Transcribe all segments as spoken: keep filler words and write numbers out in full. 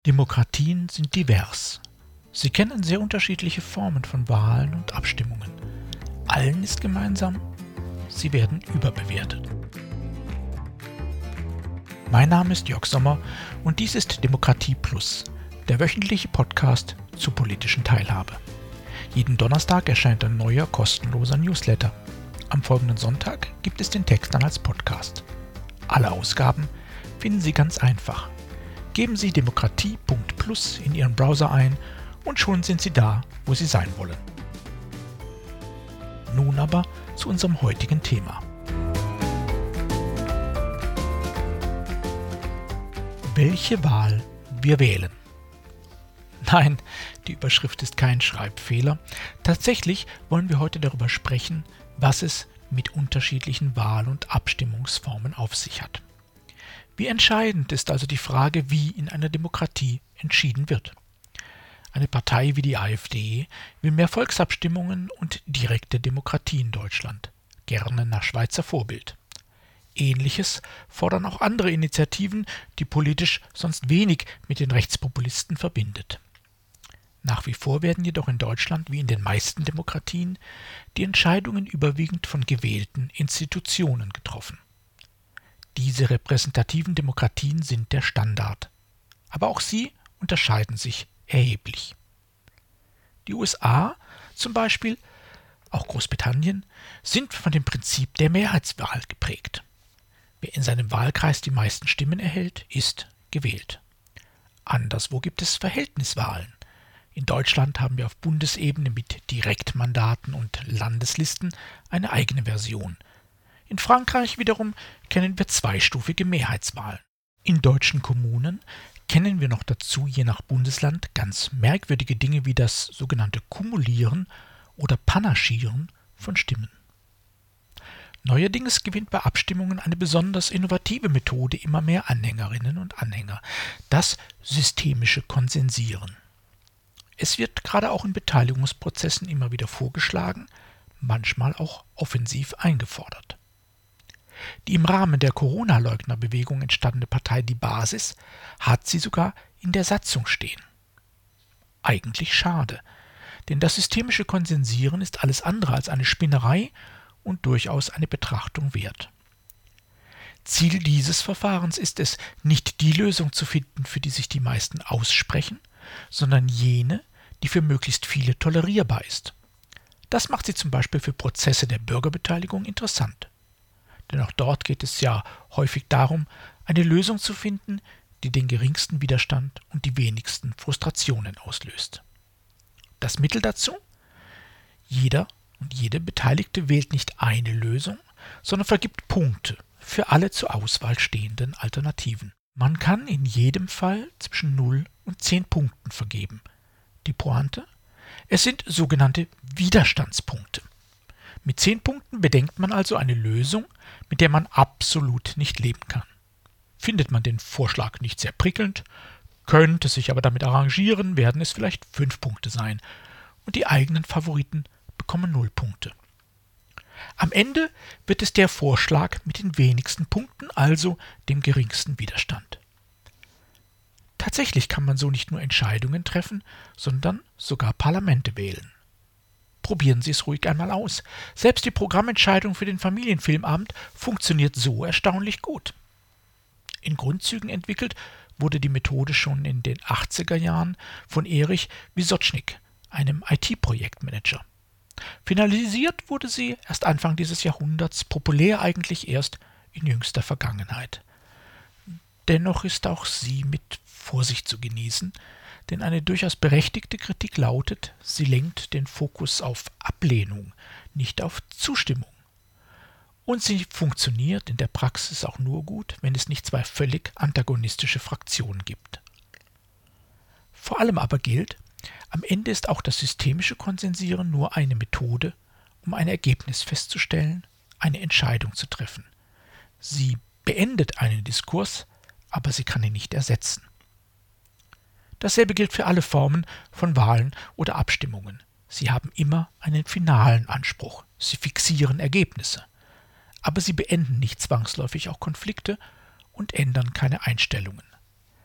Demokratien sind divers. Sie kennen sehr unterschiedliche Formen von Wahlen und Abstimmungen. Allen ist gemeinsam, sie werden überbewertet. Mein Name ist Jörg Sommer und dies ist Demokratie Plus, der wöchentliche Podcast zur politischen Teilhabe. Jeden Donnerstag erscheint ein neuer kostenloser Newsletter. Am folgenden Sonntag gibt es den Text dann als Podcast. Alle Ausgaben finden Sie ganz einfach. Geben Sie demokratie Punkt plus in Ihren Browser ein und schon sind Sie da, wo Sie sein wollen. Nun aber zu unserem heutigen Thema. Welche Wahl wir wählen. Nein, die Überschrift ist kein Schreibfehler. Tatsächlich wollen wir heute darüber sprechen, was es mit unterschiedlichen Wahl- und Abstimmungsformen auf sich hat. Wie entscheidend ist also die Frage, wie in einer Demokratie entschieden wird. Eine Partei wie die AfD will mehr Volksabstimmungen und direkte Demokratie in Deutschland, gerne nach Schweizer Vorbild. Ähnliches fordern auch andere Initiativen, die politisch sonst wenig mit den Rechtspopulisten verbindet. Nach wie vor werden jedoch in Deutschland, wie in den meisten Demokratien, die Entscheidungen überwiegend von gewählten Institutionen getroffen. Diese repräsentativen Demokratien sind der Standard. Aber auch sie unterscheiden sich erheblich. Die U S A zum Beispiel, auch Großbritannien, sind von dem Prinzip der Mehrheitswahl geprägt. Wer in seinem Wahlkreis die meisten Stimmen erhält, ist gewählt. Anderswo gibt es Verhältniswahlen. In Deutschland haben wir auf Bundesebene mit Direktmandaten und Landeslisten eine eigene Version. In Frankreich wiederum kennen wir zweistufige Mehrheitswahlen. In deutschen Kommunen kennen wir noch dazu je nach Bundesland ganz merkwürdige Dinge wie das sogenannte Kumulieren oder Panaschieren von Stimmen. Neuerdings gewinnt bei Abstimmungen eine besonders innovative Methode immer mehr Anhängerinnen und Anhänger, das systemische Konsensieren. Es wird gerade auch in Beteiligungsprozessen immer wieder vorgeschlagen, manchmal auch offensiv eingefordert. Die im Rahmen der Corona-Leugner-Bewegung entstandene Partei Die Basis hat sie sogar in der Satzung stehen. Eigentlich schade, denn das systemische Konsensieren ist alles andere als eine Spinnerei und durchaus eine Betrachtung wert. Ziel dieses Verfahrens ist es, nicht die Lösung zu finden, für die sich die meisten aussprechen, sondern jene, die für möglichst viele tolerierbar ist. Das macht sie zum Beispiel für Prozesse der Bürgerbeteiligung interessant. Denn auch dort geht es ja häufig darum, eine Lösung zu finden, die den geringsten Widerstand und die wenigsten Frustrationen auslöst. Das Mittel dazu? Jeder und jede Beteiligte wählt nicht eine Lösung, sondern vergibt Punkte für alle zur Auswahl stehenden Alternativen. Man kann in jedem Fall zwischen null und zehn Punkten vergeben. Die Pointe? Es sind sogenannte Widerstandspunkte. Mit zehn Punkten bedenkt man also eine Lösung, mit der man absolut nicht leben kann. Findet man den Vorschlag nicht sehr prickelnd, könnte sich aber damit arrangieren, werden es vielleicht fünf Punkte sein und die eigenen Favoriten bekommen null Punkte. Am Ende wird es der Vorschlag mit den wenigsten Punkten, also dem geringsten Widerstand. Tatsächlich kann man so nicht nur Entscheidungen treffen, sondern sogar Parlamente wählen. Probieren Sie es ruhig einmal aus. Selbst die Programmentscheidung für den Familienfilmabend funktioniert so erstaunlich gut. In Grundzügen entwickelt wurde die Methode schon in den achtziger Jahren von Erich Wysocki, einem I T-Projektmanager. Finalisiert wurde sie erst Anfang dieses Jahrhunderts, populär eigentlich erst in jüngster Vergangenheit. Dennoch ist auch sie mit Vorsicht zu genießen, denn eine durchaus berechtigte Kritik lautet, sie lenkt den Fokus auf Ablehnung, nicht auf Zustimmung. Und sie funktioniert in der Praxis auch nur gut, wenn es nicht zwei völlig antagonistische Fraktionen gibt. Vor allem aber gilt, am Ende ist auch das systemische Konsensieren nur eine Methode, um ein Ergebnis festzustellen, eine Entscheidung zu treffen. Sie beendet einen Diskurs, aber sie kann ihn nicht ersetzen. Dasselbe gilt für alle Formen von Wahlen oder Abstimmungen. Sie haben immer einen finalen Anspruch. Sie fixieren Ergebnisse. Aber sie beenden nicht zwangsläufig auch Konflikte und ändern keine Einstellungen.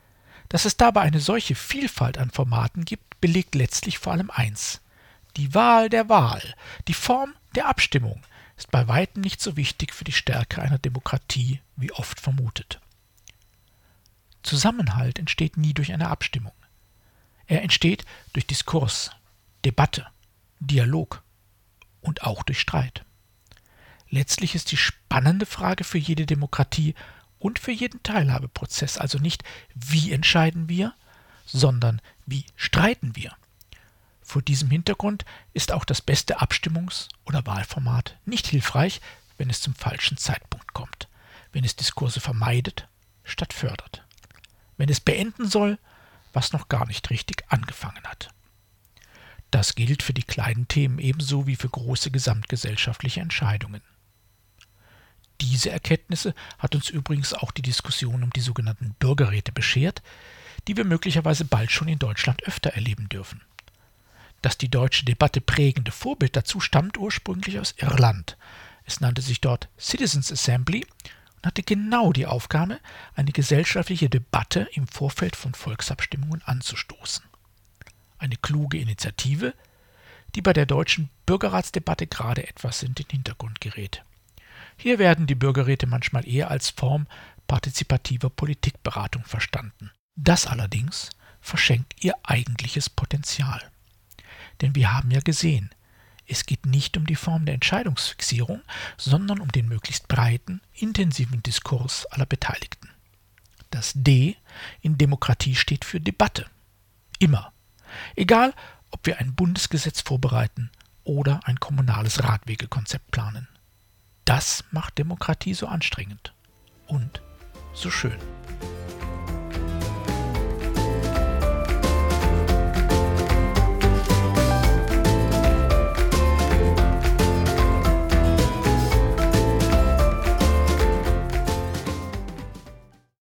Dass es dabei eine solche Vielfalt an Formaten gibt, belegt letztlich vor allem eins: Die Wahl der Wahl, die Form der Abstimmung, ist bei weitem nicht so wichtig für die Stärke einer Demokratie, wie oft vermutet. Zusammenhalt entsteht nie durch eine Abstimmung. Er entsteht durch Diskurs, Debatte, Dialog und auch durch Streit. Letztlich ist die spannende Frage für jede Demokratie und für jeden Teilhabeprozess also nicht, wie entscheiden wir, sondern wie streiten wir. Vor diesem Hintergrund ist auch das beste Abstimmungs- oder Wahlformat nicht hilfreich, wenn es zum falschen Zeitpunkt kommt, wenn es Diskurse vermeidet statt fördert, wenn es beenden soll, was noch gar nicht richtig angefangen hat. Das gilt für die kleinen Themen ebenso wie für große gesamtgesellschaftliche Entscheidungen. Diese Erkenntnisse hat uns übrigens auch die Diskussion um die sogenannten Bürgerräte beschert, die wir möglicherweise bald schon in Deutschland öfter erleben dürfen. Das die deutsche Debatte prägende Vorbild dazu stammt ursprünglich aus Irland. Es nannte sich dort Citizens' Assembly und hatte genau die Aufgabe, eine gesellschaftliche Debatte im Vorfeld von Volksabstimmungen anzustoßen. Eine kluge Initiative, die bei der deutschen Bürgerratsdebatte gerade etwas in den Hintergrund gerät. Hier werden die Bürgerräte manchmal eher als Form partizipativer Politikberatung verstanden. Das allerdings verschenkt ihr eigentliches Potenzial. Denn wir haben ja gesehen, es geht nicht um die Form der Entscheidungsfixierung, sondern um den möglichst breiten, intensiven Diskurs aller Beteiligten. Das D in Demokratie steht für Debatte. Immer. Egal, ob wir ein Bundesgesetz vorbereiten oder ein kommunales Radwegekonzept planen. Das macht Demokratie so anstrengend und so schön.